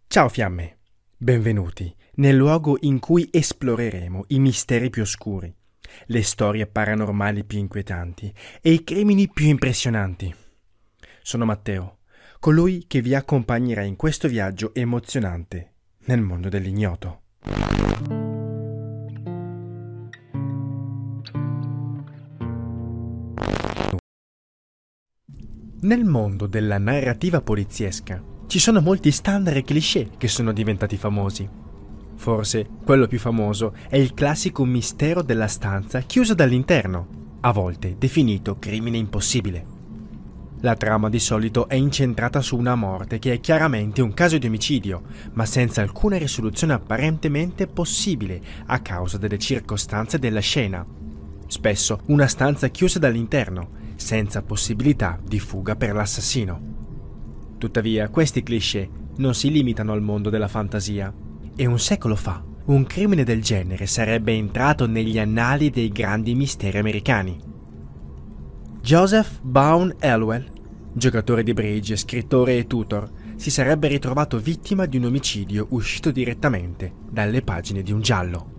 Ciao fiamme, benvenuti nel luogo in cui esploreremo i misteri più oscuri, le storie paranormali più inquietanti e i crimini più impressionanti. Sono Matteo, colui che vi accompagnerà in questo viaggio emozionante nel mondo dell'ignoto. Nel mondo della narrativa poliziesca ci sono molti standard e cliché che sono diventati famosi. Forse quello più famoso è il classico mistero della stanza chiusa dall'interno, a volte definito crimine impossibile. La trama di solito è incentrata su una morte che è chiaramente un caso di omicidio, ma senza alcuna risoluzione apparentemente possibile a causa delle circostanze della scena. Spesso una stanza chiusa dall'interno, senza possibilità di fuga per l'assassino. Tuttavia, questi cliché non si limitano al mondo della fantasia. E un secolo fa, un crimine del genere sarebbe entrato negli annali dei grandi misteri americani. Joseph Bowen Elwell, giocatore di bridge, scrittore e tutor, si sarebbe ritrovato vittima di un omicidio uscito direttamente dalle pagine di un giallo.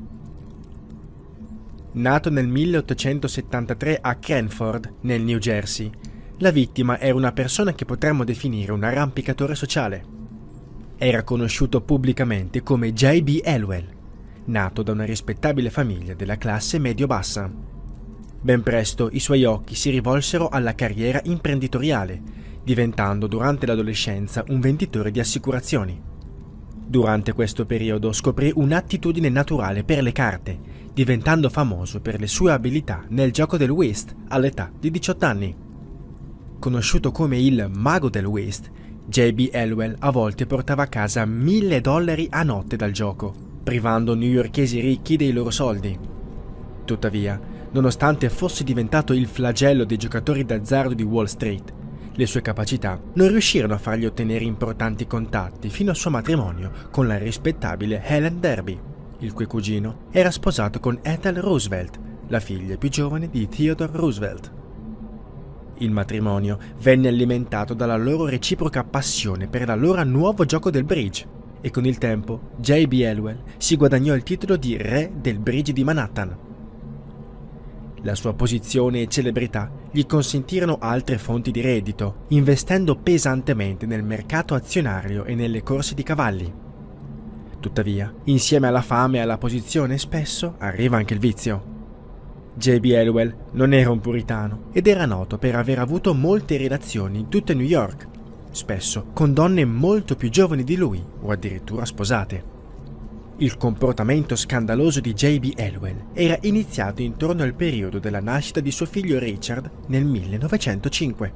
Nato nel 1873 a Cranford, nel New Jersey, la vittima era una persona che potremmo definire un arrampicatore sociale. Era conosciuto pubblicamente come J.B. Elwell, nato da una rispettabile famiglia della classe medio-bassa. Ben presto i suoi occhi si rivolsero alla carriera imprenditoriale, diventando durante l'adolescenza un venditore di assicurazioni. Durante questo periodo scoprì un'attitudine naturale per le carte, diventando famoso per le sue abilità nel gioco del whist all'età di 18 anni. Conosciuto come il mago del whist, J.B. Elwell a volte portava a casa $1.000 a notte dal gioco, privando newyorkesi ricchi dei loro soldi. Tuttavia, nonostante fosse diventato il flagello dei giocatori d'azzardo di Wall Street, le sue capacità non riuscirono a fargli ottenere importanti contatti fino al suo matrimonio con la rispettabile Helen Derby, il cui cugino era sposato con Ethel Roosevelt, la figlia più giovane di Theodore Roosevelt. Il matrimonio venne alimentato dalla loro reciproca passione per l'allora nuovo gioco del bridge e con il tempo J.B. Elwell si guadagnò il titolo di re del bridge di Manhattan. La sua posizione e celebrità gli consentirono altre fonti di reddito, investendo pesantemente nel mercato azionario e nelle corse di cavalli. Tuttavia, insieme alla fame e alla posizione, spesso arriva anche il vizio. J.B. Elwell non era un puritano ed era noto per aver avuto molte relazioni in tutta New York, spesso con donne molto più giovani di lui o addirittura sposate. Il comportamento scandaloso di J.B. Elwell era iniziato intorno al periodo della nascita di suo figlio Richard nel 1905.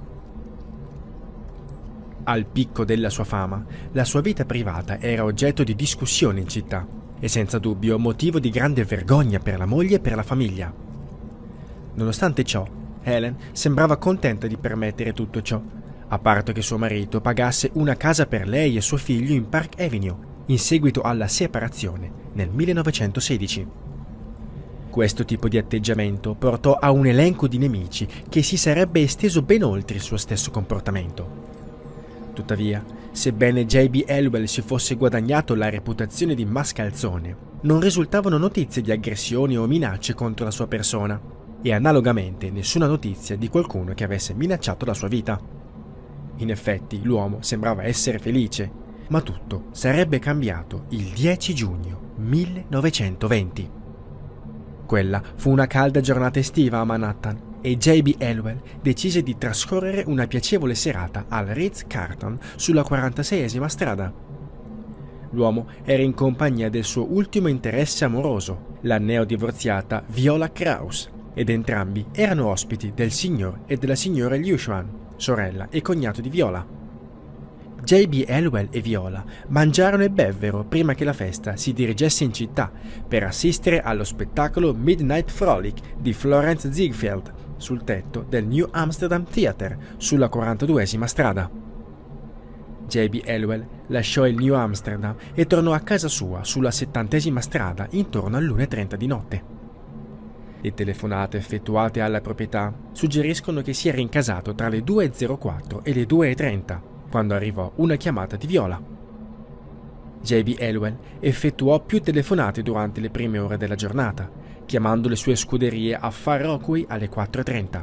Al picco della sua fama, la sua vita privata era oggetto di discussione in città e senza dubbio motivo di grande vergogna per la moglie e per la famiglia. Nonostante ciò, Helen sembrava contenta di permettere tutto ciò, a parte che suo marito pagasse una casa per lei e suo figlio in Park Avenue, in seguito alla separazione nel 1916. Questo tipo di atteggiamento portò a un elenco di nemici che si sarebbe esteso ben oltre il suo stesso comportamento. Tuttavia, sebbene J.B. Elwell si fosse guadagnato la reputazione di mascalzone, non risultavano notizie di aggressioni o minacce contro la sua persona e analogamente nessuna notizia di qualcuno che avesse minacciato la sua vita. In effetti, l'uomo sembrava essere felice, ma tutto sarebbe cambiato il 10 giugno 1920. Quella fu una calda giornata estiva a Manhattan e J.B. Elwell decise di trascorrere una piacevole serata al Ritz-Carlton sulla 46esima strada. L'uomo era in compagnia del suo ultimo interesse amoroso, la neodivorziata Viola Krause, ed entrambi erano ospiti del signor e della signora Liuchuan, sorella e cognato di Viola. J.B. Elwell e Viola mangiarono e bevvero prima che la festa si dirigesse in città per assistere allo spettacolo Midnight Frolic di Florence Ziegfeld sul tetto del New Amsterdam Theatre sulla 42esima strada. J.B. Elwell lasciò il New Amsterdam e tornò a casa sua sulla 70esima strada intorno all'1:30 di notte. Le telefonate effettuate alla proprietà suggeriscono che si era incasato tra le 2:04 e le 2:30, quando arrivò una chiamata di Viola. J.B. Elwell effettuò più telefonate durante le prime ore della giornata, chiamando le sue scuderie a Far Rockaway alle 4:30.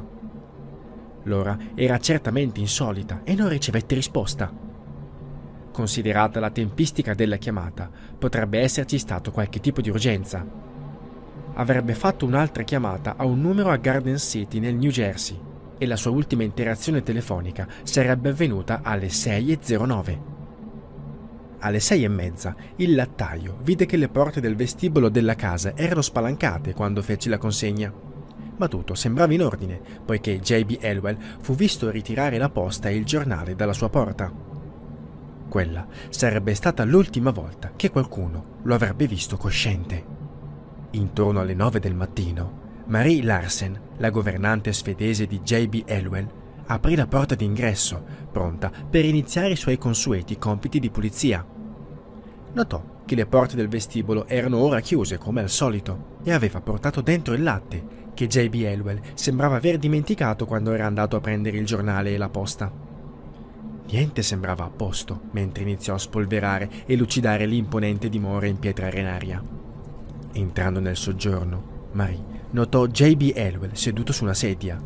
L'ora era certamente insolita e non ricevette risposta. Considerata la tempistica della chiamata, potrebbe esserci stato qualche tipo di urgenza. Avrebbe fatto un'altra chiamata a un numero a Garden City nel New Jersey e la sua ultima interazione telefonica sarebbe avvenuta alle 6:09. Alle 6:30 il lattaio vide che le porte del vestibolo della casa erano spalancate quando fece la consegna. Ma tutto sembrava in ordine, poiché J.B. Elwell fu visto ritirare la posta e il giornale dalla sua porta. Quella sarebbe stata l'ultima volta che qualcuno lo avrebbe visto cosciente. Intorno alle 9 del mattino, Marie Larsen, la governante svedese di J.B. Elwell, aprì la porta d'ingresso, pronta per iniziare i suoi consueti compiti di pulizia. Notò che le porte del vestibolo erano ora chiuse come al solito e aveva portato dentro il latte che J.B. Elwell sembrava aver dimenticato quando era andato a prendere il giornale e la posta. Niente sembrava a posto mentre iniziò a spolverare e lucidare l'imponente dimora in pietra arenaria. Entrando nel soggiorno, Marie notò J.B. Elwell seduto su una sedia.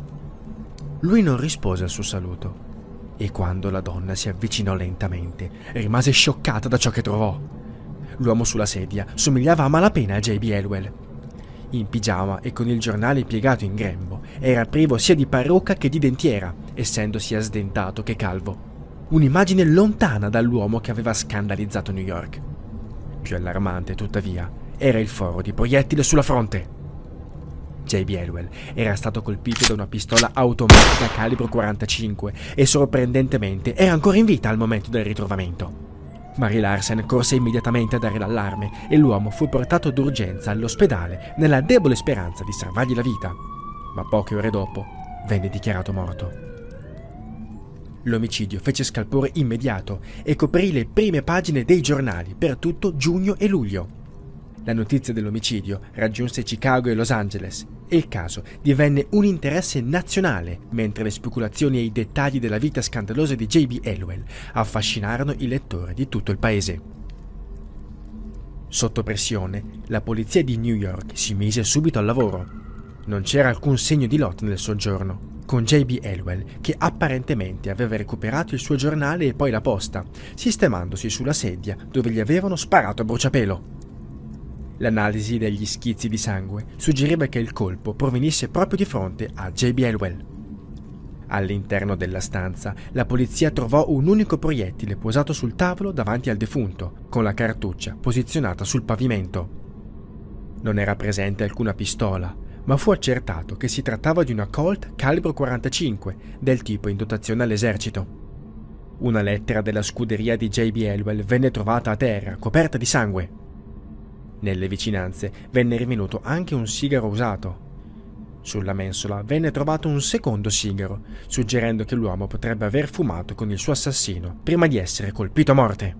Lui non rispose al suo saluto e quando la donna si avvicinò lentamente, rimase scioccata da ciò che trovò. L'uomo sulla sedia somigliava a malapena a J.B. Elwell. In pigiama e con il giornale piegato in grembo, era privo sia di parrucca che di dentiera, essendo sia sdentato che calvo. Un'immagine lontana dall'uomo che aveva scandalizzato New York. Più allarmante, tuttavia, era il foro di proiettile sulla fronte. J.B. Elwell era stato colpito da una pistola automatica calibro 45 e sorprendentemente era ancora in vita al momento del ritrovamento. Marie Larsen corse immediatamente a dare l'allarme e l'uomo fu portato d'urgenza all'ospedale nella debole speranza di salvargli la vita, ma poche ore dopo venne dichiarato morto. L'omicidio fece scalpore immediato e coprì le prime pagine dei giornali per tutto giugno e luglio. La notizia dell'omicidio raggiunse Chicago e Los Angeles e il caso divenne un interesse nazionale, mentre le speculazioni e i dettagli della vita scandalosa di J.B. Elwell affascinarono i lettori di tutto il paese. Sotto pressione, la polizia di New York si mise subito al lavoro. Non c'era alcun segno di lotta nel soggiorno, con J.B. Elwell che apparentemente aveva recuperato il suo giornale e poi la posta, sistemandosi sulla sedia dove gli avevano sparato a bruciapelo. L'analisi degli schizzi di sangue suggeriva che il colpo provenisse proprio di fronte a J.B. Elwell. All'interno della stanza, la polizia trovò un unico proiettile posato sul tavolo davanti al defunto, con la cartuccia posizionata sul pavimento. Non era presente alcuna pistola, ma fu accertato che si trattava di una Colt calibro 45 del tipo in dotazione all'esercito. Una lettera della scuderia di J.B. Elwell venne trovata a terra, coperta di sangue. Nelle vicinanze venne rinvenuto anche un sigaro usato. Sulla mensola venne trovato un secondo sigaro, suggerendo che l'uomo potrebbe aver fumato con il suo assassino prima di essere colpito a morte.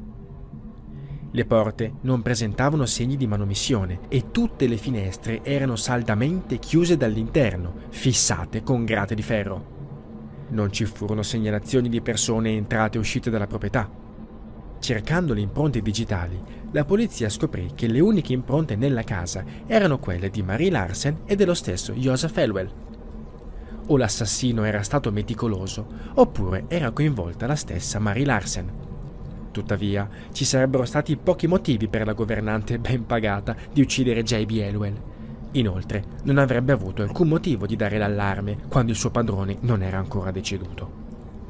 Le porte non presentavano segni di manomissione e tutte le finestre erano saldamente chiuse dall'interno, fissate con grate di ferro. Non ci furono segnalazioni di persone entrate e uscite dalla proprietà. Cercando le impronte digitali, la polizia scoprì che le uniche impronte nella casa erano quelle di Marie Larsen e dello stesso Joseph Elwell. O l'assassino era stato meticoloso, oppure era coinvolta la stessa Marie Larsen. Tuttavia, ci sarebbero stati pochi motivi per la governante ben pagata di uccidere J.B. Elwell. Inoltre, non avrebbe avuto alcun motivo di dare l'allarme quando il suo padrone non era ancora deceduto.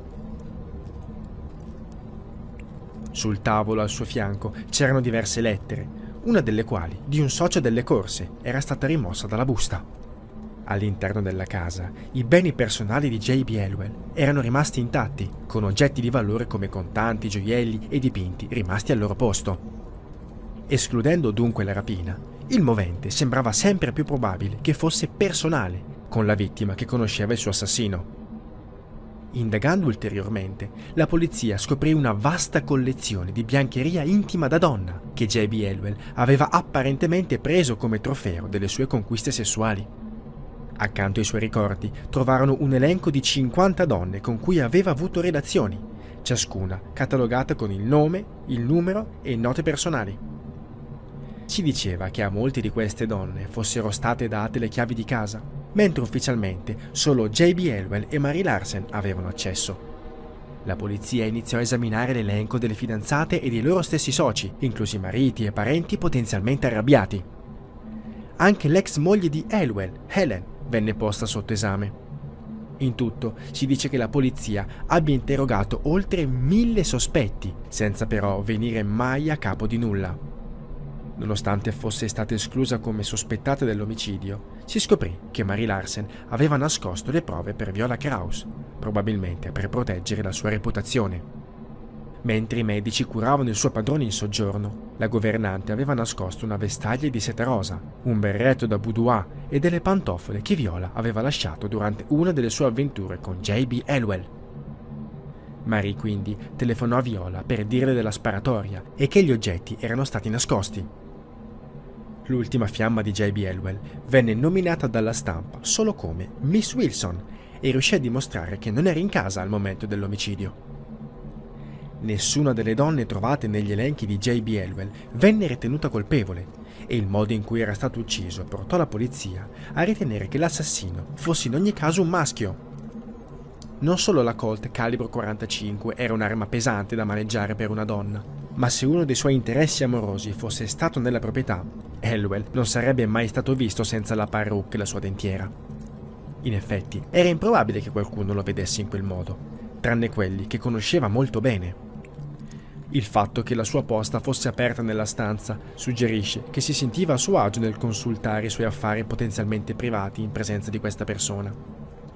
Sul tavolo al suo fianco c'erano diverse lettere, una delle quali, di un socio delle corse, era stata rimossa dalla busta. All'interno della casa, i beni personali di J.B. Elwell erano rimasti intatti, con oggetti di valore come contanti, gioielli e dipinti rimasti al loro posto. Escludendo dunque la rapina, il movente sembrava sempre più probabile che fosse personale, con la vittima che conosceva il suo assassino. Indagando ulteriormente, la polizia scoprì una vasta collezione di biancheria intima da donna che J.B. Elwell aveva apparentemente preso come trofeo delle sue conquiste sessuali. Accanto ai suoi ricordi trovarono un elenco di 50 donne con cui aveva avuto relazioni, ciascuna catalogata con il nome, il numero e note personali. Si diceva che a molte di queste donne fossero state date le chiavi di casa, mentre ufficialmente solo J.B. Elwell e Mary Larsen avevano accesso. La polizia iniziò a esaminare l'elenco delle fidanzate e dei loro stessi soci, inclusi mariti e parenti potenzialmente arrabbiati. Anche l'ex moglie di Elwell, Helen, venne posta sotto esame. In tutto si dice che la polizia abbia interrogato oltre 1000 sospetti, senza però venire mai a capo di nulla. Nonostante fosse stata esclusa come sospettata dell'omicidio, si scoprì che Mary Larsen aveva nascosto le prove per Viola Kraus, probabilmente per proteggere la sua reputazione. Mentre i medici curavano il suo padrone in soggiorno, la governante aveva nascosto una vestaglia di seta rosa, un berretto da boudoir e delle pantofole che Viola aveva lasciato durante una delle sue avventure con J.B. Elwell. Marie quindi telefonò a Viola per dirle della sparatoria e che gli oggetti erano stati nascosti. L'ultima fiamma di J.B. Elwell venne nominata dalla stampa solo come Miss Wilson e riuscì a dimostrare che non era in casa al momento dell'omicidio. Nessuna delle donne trovate negli elenchi di J.B. Elwell venne ritenuta colpevole e il modo in cui era stato ucciso portò la polizia a ritenere che l'assassino fosse in ogni caso un maschio. Non solo la Colt calibro 45 era un'arma pesante da maneggiare per una donna, ma se uno dei suoi interessi amorosi fosse stato nella proprietà, Elwell non sarebbe mai stato visto senza la parrucca e la sua dentiera. In effetti, era improbabile che qualcuno lo vedesse in quel modo, tranne quelli che conosceva molto bene. Il fatto che la sua posta fosse aperta nella stanza suggerisce che si sentiva a suo agio nel consultare i suoi affari potenzialmente privati in presenza di questa persona.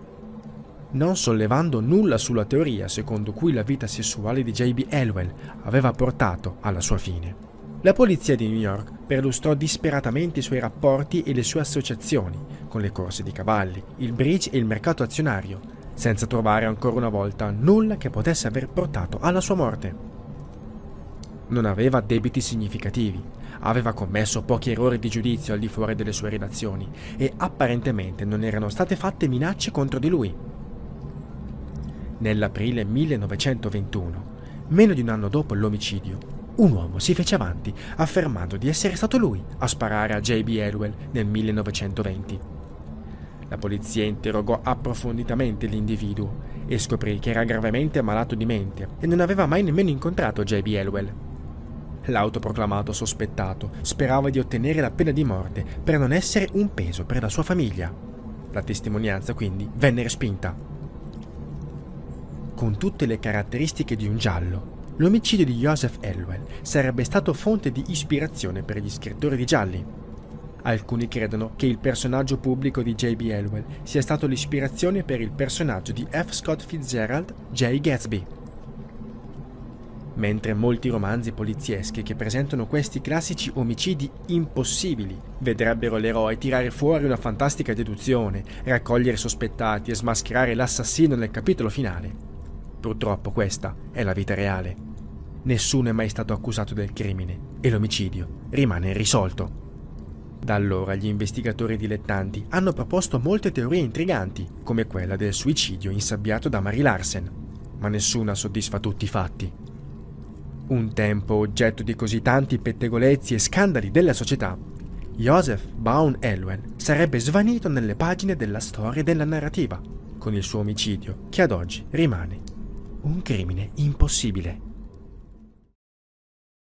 Non sollevando nulla sulla teoria secondo cui la vita sessuale di J.B. Elwell aveva portato alla sua fine, la polizia di New York perlustrò disperatamente i suoi rapporti e le sue associazioni con le corse di cavalli, il bridge e il mercato azionario, senza trovare ancora una volta nulla che potesse aver portato alla sua morte. Non aveva debiti significativi, aveva commesso pochi errori di giudizio al di fuori delle sue relazioni e apparentemente non erano state fatte minacce contro di lui. Nell'aprile 1921, meno di un anno dopo l'omicidio, un uomo si fece avanti affermando di essere stato lui a sparare a J.B. Elwell nel 1920. La polizia interrogò approfonditamente l'individuo e scoprì che era gravemente malato di mente e non aveva mai nemmeno incontrato J.B. Elwell. L'autoproclamato sospettato sperava di ottenere la pena di morte per non essere un peso per la sua famiglia. La testimonianza quindi venne respinta. Con tutte le caratteristiche di un giallo, l'omicidio di Joseph Elwell sarebbe stato fonte di ispirazione per gli scrittori di gialli. Alcuni credono che il personaggio pubblico di J.B. Elwell sia stato l'ispirazione per il personaggio di F. Scott Fitzgerald, J. Gatsby. Mentre molti romanzi polizieschi che presentano questi classici omicidi impossibili vedrebbero l'eroe tirare fuori una fantastica deduzione, raccogliere sospettati e smascherare l'assassino nel capitolo finale. Purtroppo questa è la vita reale. Nessuno è mai stato accusato del crimine e l'omicidio rimane irrisolto. Da allora gli investigatori dilettanti hanno proposto molte teorie intriganti, come quella del suicidio insabbiato da Mary Larsen, ma nessuna soddisfa tutti i fatti. Un tempo oggetto di così tanti pettegolezzi e scandali della società, Joseph Baum Elwell sarebbe svanito nelle pagine della storia e della narrativa, con il suo omicidio che ad oggi rimane un crimine impossibile.